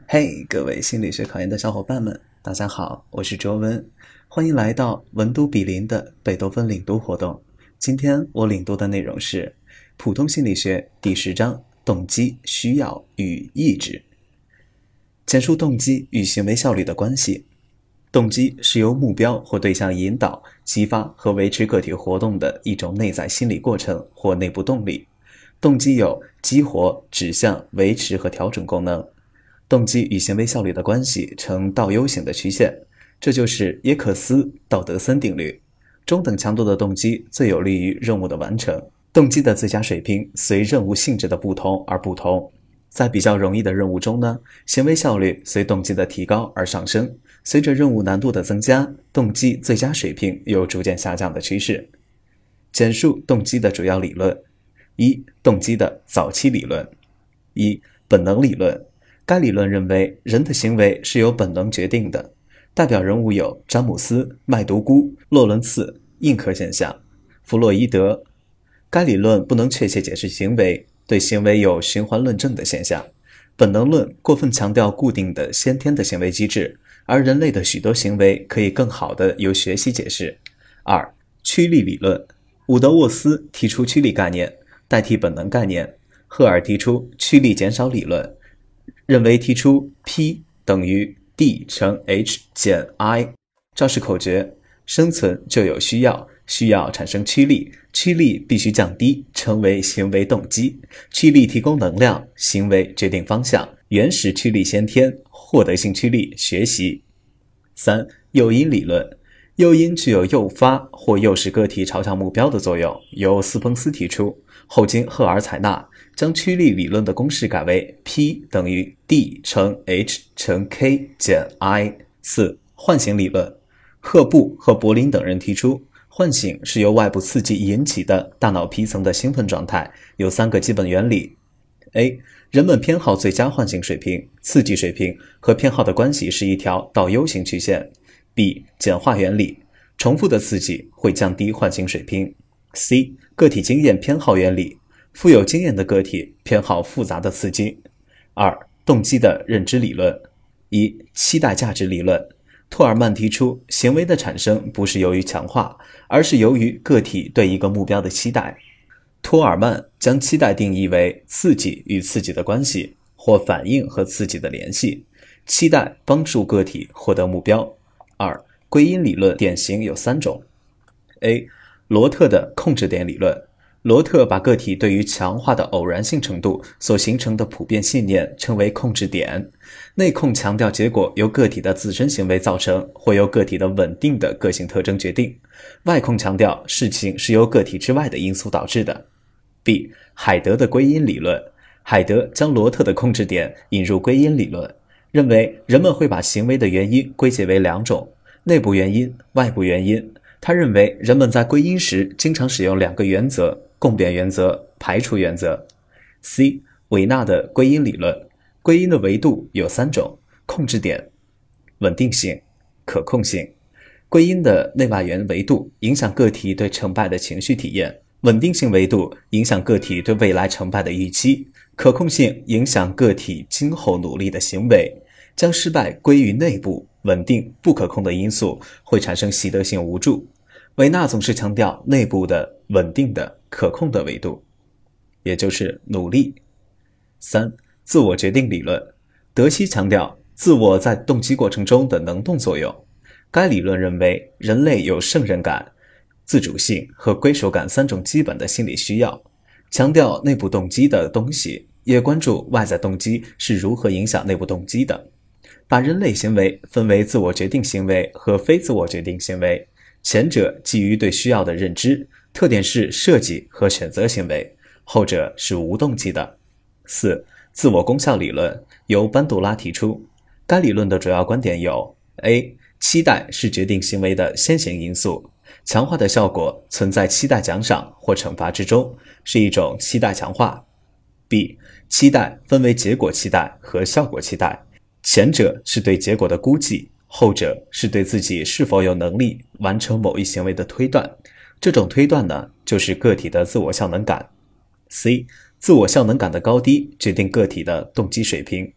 嘿，各位心理学考研的小伙伴们，大家好，我是卓文，欢迎来到文读比邻的贝多芬领读活动。今天我领读的内容是普通心理学第10章动机、需要与意志。简述动机与行为效率的关系。动机是由目标或对象引导、激发和维持个体活动的一种内在心理过程或内部动力。动机有激活、指向、维持和调整功能。动机与行为效率的关系呈倒 U 型的曲线，这就是耶克斯道德森定律。中等强度的动机最有利于任务的完成。动机的最佳水平随任务性质的不同而不同。在比较容易的任务中呢，行为效率随动机的提高而上升，随着任务难度的增加，动机最佳水平有逐渐下降的趋势。简述动机的主要理论。一、动机的早期理论。一、本能理论。该理论认为人的行为是由本能决定的，代表人物有詹姆斯、麦独孤、洛伦茨、印克现象、弗洛伊德。该理论不能确切解释行为，对行为有循环论证的现象。本能论过分强调固定的先天的行为机制，而人类的许多行为可以更好地由学习解释。二、驱力理论。伍德沃斯提出驱力概念，代替本能概念。赫尔提出驱力减少理论，认为提出 P 等于 D 乘 H 减 I， 肇事口诀：生存就有需要，需要产生驱力，驱力必须降低，成为行为动机。驱力提供能量，行为决定方向。原始驱力先天，获得性驱力学习。三、诱因理论。诱因具有诱发或诱使个体朝向目标的作用，由斯彭斯提出，后经赫尔采纳，将驱力理论的公式改为 P 等于 D 乘 H 乘 K 减 I。四、唤醒理论。赫布和柏林等人提出，唤醒是由外部刺激引起的大脑皮层的兴奋状态，有3个基本原理。A. 人们偏好最佳唤醒水平，刺激水平和偏好的关系是一条倒 U 型曲线。B. 简化原理，重复的刺激会降低唤醒水平。C. 个体经验偏好原理，富有经验的个体偏好复杂的刺激。二、动机的认知理论。一、期待价值理论。托尔曼提出，行为的产生不是由于强化，而是由于个体对一个目标的期待。托尔曼将期待定义为刺激与刺激的关系，或反应和刺激的联系。期待帮助个体获得目标。二、归因理论典型有3种。A. 罗特的控制点理论。罗特把个体对于强化的偶然性程度所形成的普遍信念称为控制点。内控强调结果由个体的自身行为造成，或由个体的稳定的个性特征决定。外控强调事情是由个体之外的因素导致的。B. 海德的归因理论。海德将罗特的控制点引入归因理论，认为人们会把行为的原因归结为2种，内部原因、外部原因。他认为人们在归因时经常使用2个原则：共变原则、排除原则。C. 韦纳的归因理论。归因的维度有3种：控制点、稳定性、可控性。归因的内外源维度影响个体对成败的情绪体验，稳定性维度影响个体对未来成败的预期，可控性影响个体今后努力的行为。将失败归于内部、稳定、不可控的因素，会产生习得性无助。韦纳总是强调内部的、稳定的、可控的维度，也就是努力。三、自我决定理论。德希强调自我在动机过程中的能动作用。该理论认为人类有胜任感、自主性和归属感3种基本的心理需要，强调内部动机的东西，也关注外在动机是如何影响内部动机的。把人类行为分为自我决定行为和非自我决定行为，前者基于对需要的认知，特点是设计和选择行为，后者是无动机的。四、自我功效理论由班杜拉提出。该理论的主要观点有 A. 期待是决定行为的先行因素，强化的效果存在期待奖赏或惩罚之中，是一种期待强化。B. 期待分为结果期待和效果期待，前者是对结果的估计，后者是对自己是否有能力完成某一行为的推断。这种推断呢，就是个体的自我效能感。C. 自我效能感的高低决定个体的动机水平。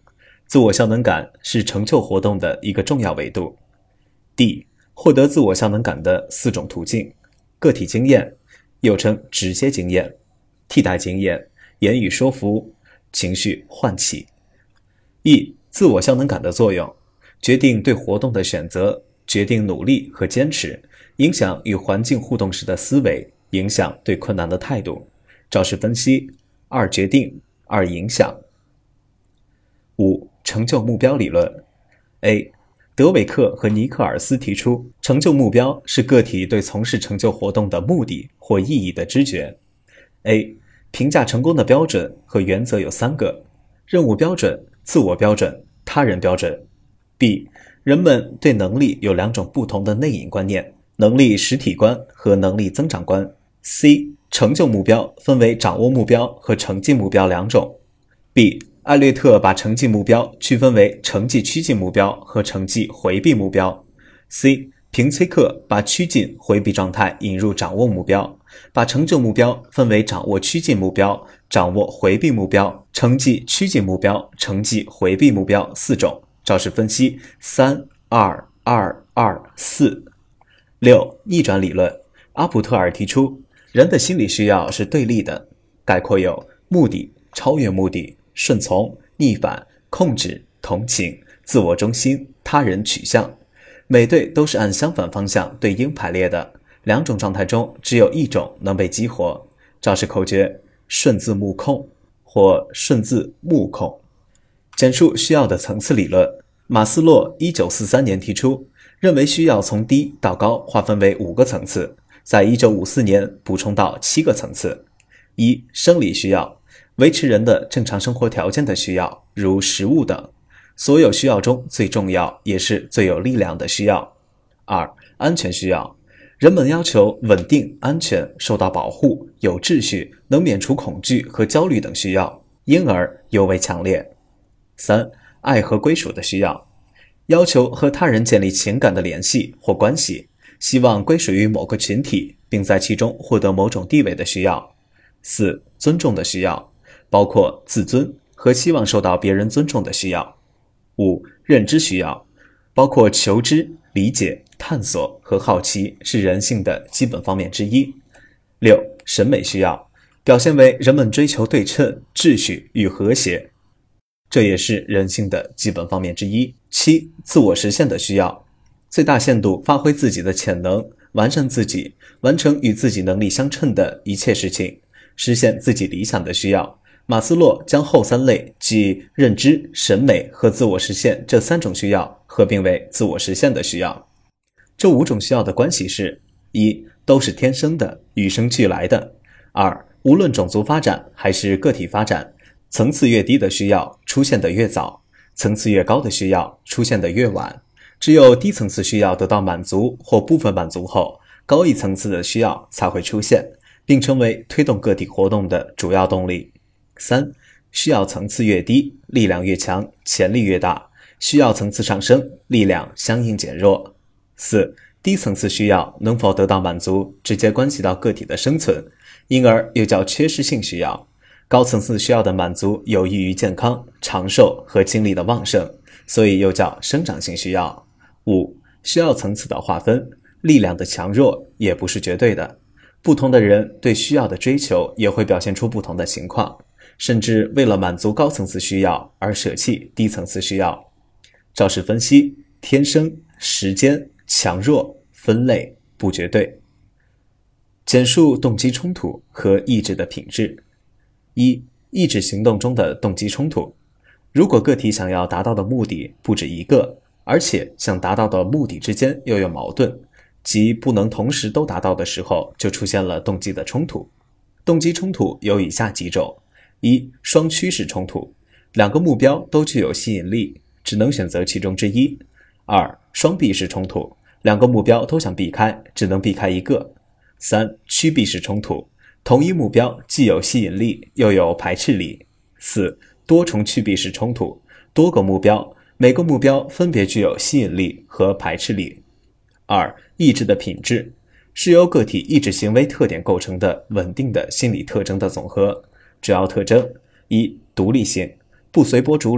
自我效能感是成就活动的一个重要维度。D. 获得自我效能感的4种途径：个体经验，又称直接经验、替代经验、言语说服、情绪唤起。E. 自我效能感的作用，决定对活动的选择，决定努力和坚持，影响与环境互动时的思维，影响对困难的态度。肇事分析：2决定，2影响。5. 成就目标理论。 A. 德韦克和尼克尔斯提出，成就目标是个体对从事成就活动的目的或意义的知觉。A. 评价成功的标准和原则有3个：任务标准、自我标准、他人标准。B. 人们对能力有2种不同的内隐观念，能力实体观和能力增长观。C. 成就目标分为掌握目标和成绩目标2种。B. 艾略特把成绩目标区分为成绩趋近目标和成绩回避目标。C. 平崔克把趋近回避状态引入掌握目标，把成就目标分为掌握趋近目标、掌握回避目标、成绩趋近目标、成绩回避目标4种。肇事分析3、2、2、2、4。6. 逆转理论。阿普特尔提出，人的心理需要是对立的，概括有目的、超越目的、顺从、逆反、控制、同情、自我中心、他人取向。每对都是按相反方向对应排列的，2种状态中只有1种能被激活。肇事口诀：顺自目控或顺自目控。简述需要的层次理论。马斯洛1943年提出，认为需要从低到高划分为5个层次，在1954年补充到7个层次。1. 生理需要，维持人的正常生活条件的需要，如食物等，所有需要中最重要也是最有力量的需要。2. 安全需要，人们要求稳定、安全、受到保护、有秩序、能免除恐惧和焦虑等需要，因而尤为强烈。3. 爱和归属的需要，要求和他人建立情感的联系或关系，希望归属于某个群体，并在其中获得某种地位的需要。4. 尊重的需要，包括自尊和希望受到别人尊重的需要。5. 认知需要，包括求知、理解、探索和好奇，是人性的基本方面之一。6. 审美需要，表现为人们追求对称、秩序与和谐，这也是人性的基本方面之一。7. 自我实现的需要，最大限度发挥自己的潜能，完善自己，完成与自己能力相称的一切事情，实现自己理想的需要。马斯洛将后3类，即认知、审美和自我实现这3种需要合并为自我实现的需要。这5种需要的关系是： 1. 都是天生的，与生俱来的。 2. 无论种族发展还是个体发展，层次越低的需要出现得越早，层次越高的需要出现得越晚。只有低层次需要得到满足或部分满足后，高一层次的需要才会出现，并成为推动个体活动的主要动力。3. 需要层次越低，力量越强，潜力越大；需要层次上升，力量相应减弱。4. 低层次需要能否得到满足，直接关系到个体的生存，因而又叫缺失性需要。高层次需要的满足有益于健康、长寿和精力的旺盛，所以又叫生长性需要。5. 需要层次的划分，力量的强弱也不是绝对的，不同的人对需要的追求也会表现出不同的情况，甚至为了满足高层次需要而舍弃低层次需要。肇事分析：天生、时间、强弱、分类，不绝对。简述动机冲突和意志的品质。1. 意志行动中的动机冲突。如果个体想要达到的目的不止一个，而且想达到的目的之间又有矛盾，即不能同时都达到的时候，就出现了动机的冲突。动机冲突有以下几种： 1. 双趋势冲突，两个目标都具有吸引力，只能选择其中之一。 2. 双避式冲突，两个目标都想避开，只能避开一个。 3. 趋避式冲突，同一目标既有吸引力又有排斥力。 4. 多重趋避式冲突，多个目标，每个目标分别具有吸引力和排斥力。 2. 意志的品质，是由个体意志行为特点构成的稳定的心理特征的总和。主要特征： 1. 独立性，不随波逐流，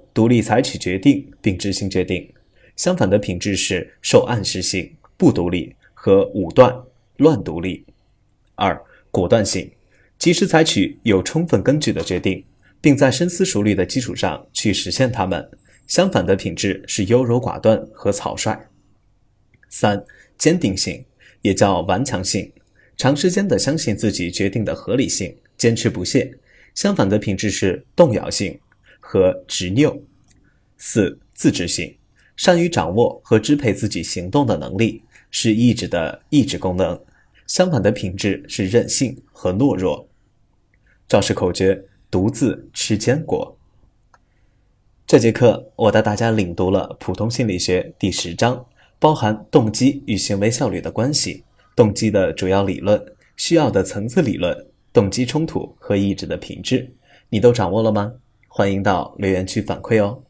独立采取决定并执行决定。相反的品质是受暗示性、不独立和武断、乱独立。2. 果断性，及时采取有充分根据的决定，并在深思熟虑的基础上去实现它们。相反的品质是优柔寡断和草率。3. 坚定性，也叫顽强性，长时间地相信自己决定的合理性，坚持不懈。相反的品质是动摇性和执拗。4. 自制性，善于掌握和支配自己行动的能力，是意志的意志功能。相反的品质是任性和懦弱。赵氏口诀：独自吃坚果。这节课我带大家领读了普通心理学第10章，包含动机与行为效率的关系，动机的主要理论，需要的层次理论，动机冲突和意志的品质。你都掌握了吗？欢迎到留言区反馈哦。